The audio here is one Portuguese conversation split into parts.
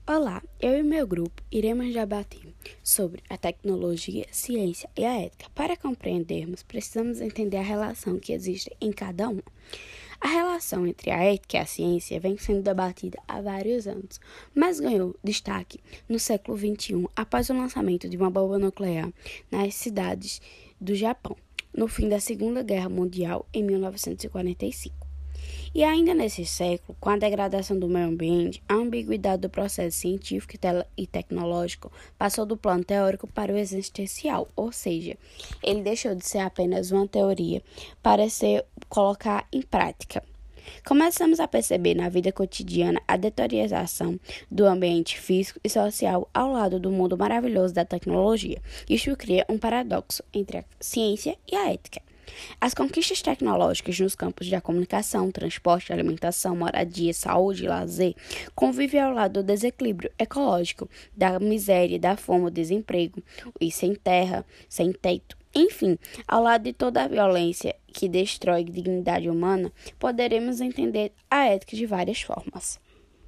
Olá, eu e meu grupo iremos debater sobre a tecnologia, ciência e a ética. Para compreendermos, precisamos entender a relação que existe em cada uma. A relação entre a ética e a ciência vem sendo debatida há vários anos, mas ganhou destaque no século XXI após o lançamento de uma bomba nuclear nas cidades do Japão, no fim da Segunda Guerra Mundial, em 1945. E ainda nesse século, com a degradação do meio ambiente, a ambiguidade do processo científico e tecnológico passou do plano teórico para o existencial, ou seja, ele deixou de ser apenas uma teoria para se colocar em prática. Começamos a perceber na vida cotidiana a deterioração do ambiente físico e social ao lado do mundo maravilhoso da tecnologia. Isso cria um paradoxo entre a ciência e a ética. As conquistas tecnológicas nos campos da comunicação, transporte, alimentação, moradia, saúde e lazer convivem ao lado do desequilíbrio ecológico, da miséria, da fome, do desemprego, e sem terra, sem teto. Enfim, ao lado de toda a violência que destrói a dignidade humana, poderemos entender a ética de várias formas.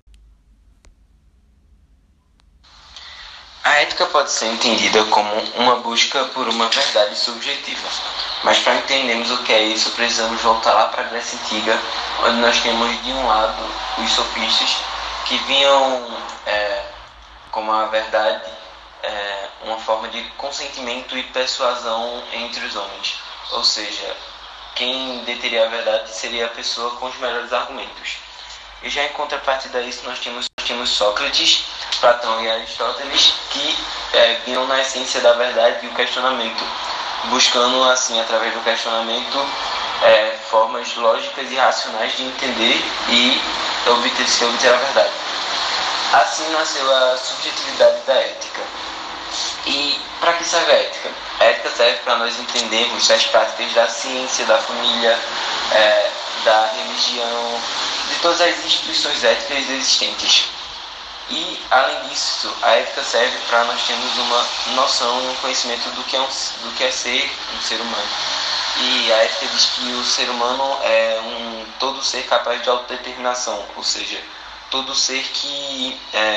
A ética pode ser entendida como uma busca por uma verdade subjetiva, mas para entendermos o que é isso, precisamos voltar lá para a Grécia Antiga, onde nós temos de um lado os sofistas, que viam como a verdade uma forma de consentimento e persuasão entre os homens, ou seja, quem deteria a verdade seria a pessoa com os melhores argumentos. E já em contrapartida a isso nós temos Sócrates, Platão e Aristóteles, que viram na essência da verdade e o questionamento, buscando assim, através do questionamento, formas lógicas e racionais de entender e obter a verdade. Assim nasceu a subjetividade da ética. E para que serve a ética? A ética serve para nós entendermos as práticas da ciência, da família, da religião, de todas as instituições éticas existentes. E, além disso, a ética serve para nós termos uma noção e um conhecimento do que é ser um ser humano. E a ética diz que o ser humano é todo ser capaz de autodeterminação, ou seja, todo ser que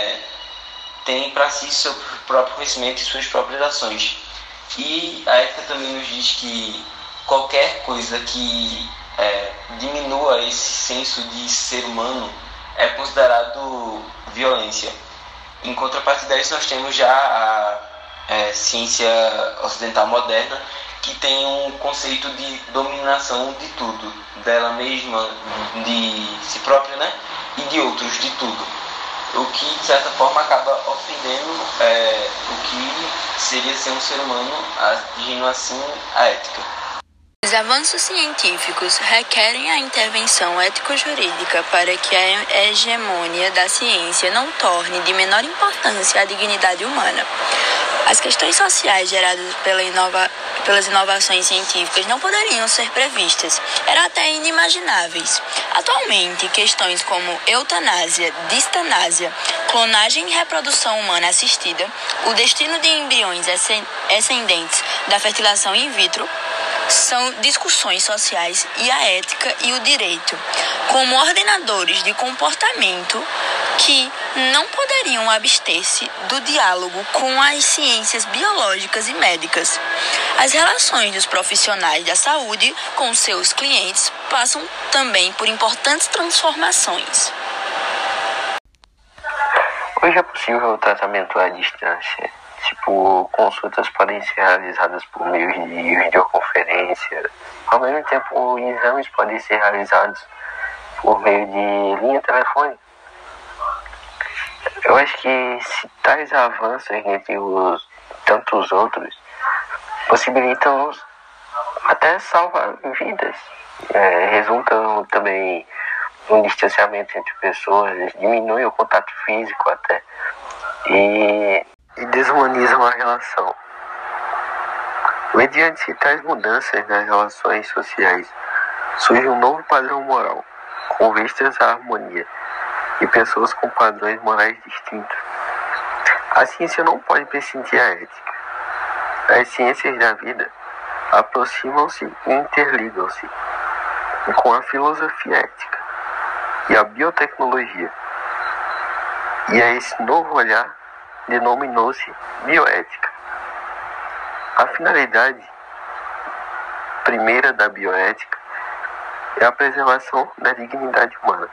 tem para si seu próprio conhecimento e suas próprias ações. E a ética também nos diz que qualquer coisa que diminua esse senso de ser humano é considerado violência. Em contrapartida a isso, nós temos já a ciência ocidental moderna, que tem um conceito de dominação de tudo, dela mesma, de si própria, e de outros, de tudo. O que, de certa forma, acaba ofendendo o que seria ser um ser humano, agindo assim a ética. Os avanços científicos requerem a intervenção ético-jurídica para que a hegemonia da ciência não torne de menor importância a dignidade humana. As questões sociais geradas pelas inovações científicas não poderiam ser previstas, eram até inimagináveis. Atualmente, questões como eutanásia, distanásia, clonagem e reprodução humana assistida, o destino de embriões ascendentes da fertilização in vitro, são discussões sociais e a ética e o direito, como ordenadores de comportamento que não poderiam abster-se do diálogo com as ciências biológicas e médicas. As relações dos profissionais da saúde com seus clientes passam também por importantes transformações. Hoje é possível o tratamento à distância. Consultas podem ser realizadas por meio de videoconferência. Ao mesmo tempo, exames podem ser realizados por meio de linha telefônica. Eu acho que se tais avanços entre tantos outros possibilitam até salvar vidas, resultam também no distanciamento entre pessoas, diminui o contato físico até e desumanizam a relação. Mediante tais mudanças nas relações sociais, surge um novo padrão moral, com vistas à harmonia, e pessoas com padrões morais distintos. A ciência não pode prescindir a ética. As ciências da vida aproximam-se e interligam-se com a filosofia ética e a biotecnologia. E a esse novo olhar denominou-se bioética. A finalidade primeira da bioética é a preservação da dignidade humana.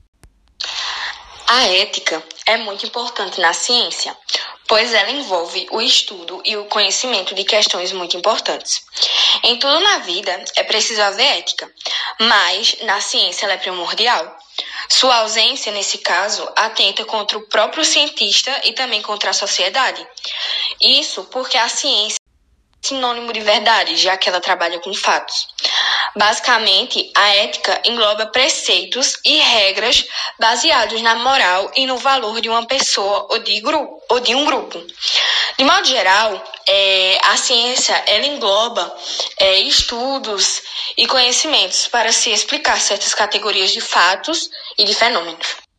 A ética é muito importante na ciência, pois ela envolve o estudo e o conhecimento de questões muito importantes. Em tudo na vida é preciso haver ética, mas na ciência ela é primordial. Sua ausência, nesse caso, atenta contra o próprio cientista e também contra a sociedade. Isso porque a ciência é sinônimo de verdade, já que ela trabalha com fatos. Basicamente, a ética engloba preceitos e regras baseados na moral e no valor de uma pessoa ou de um grupo. De modo geral, a ciência ela engloba estudos e conhecimentos para se explicar certas categorias de fatos e de fenômenos.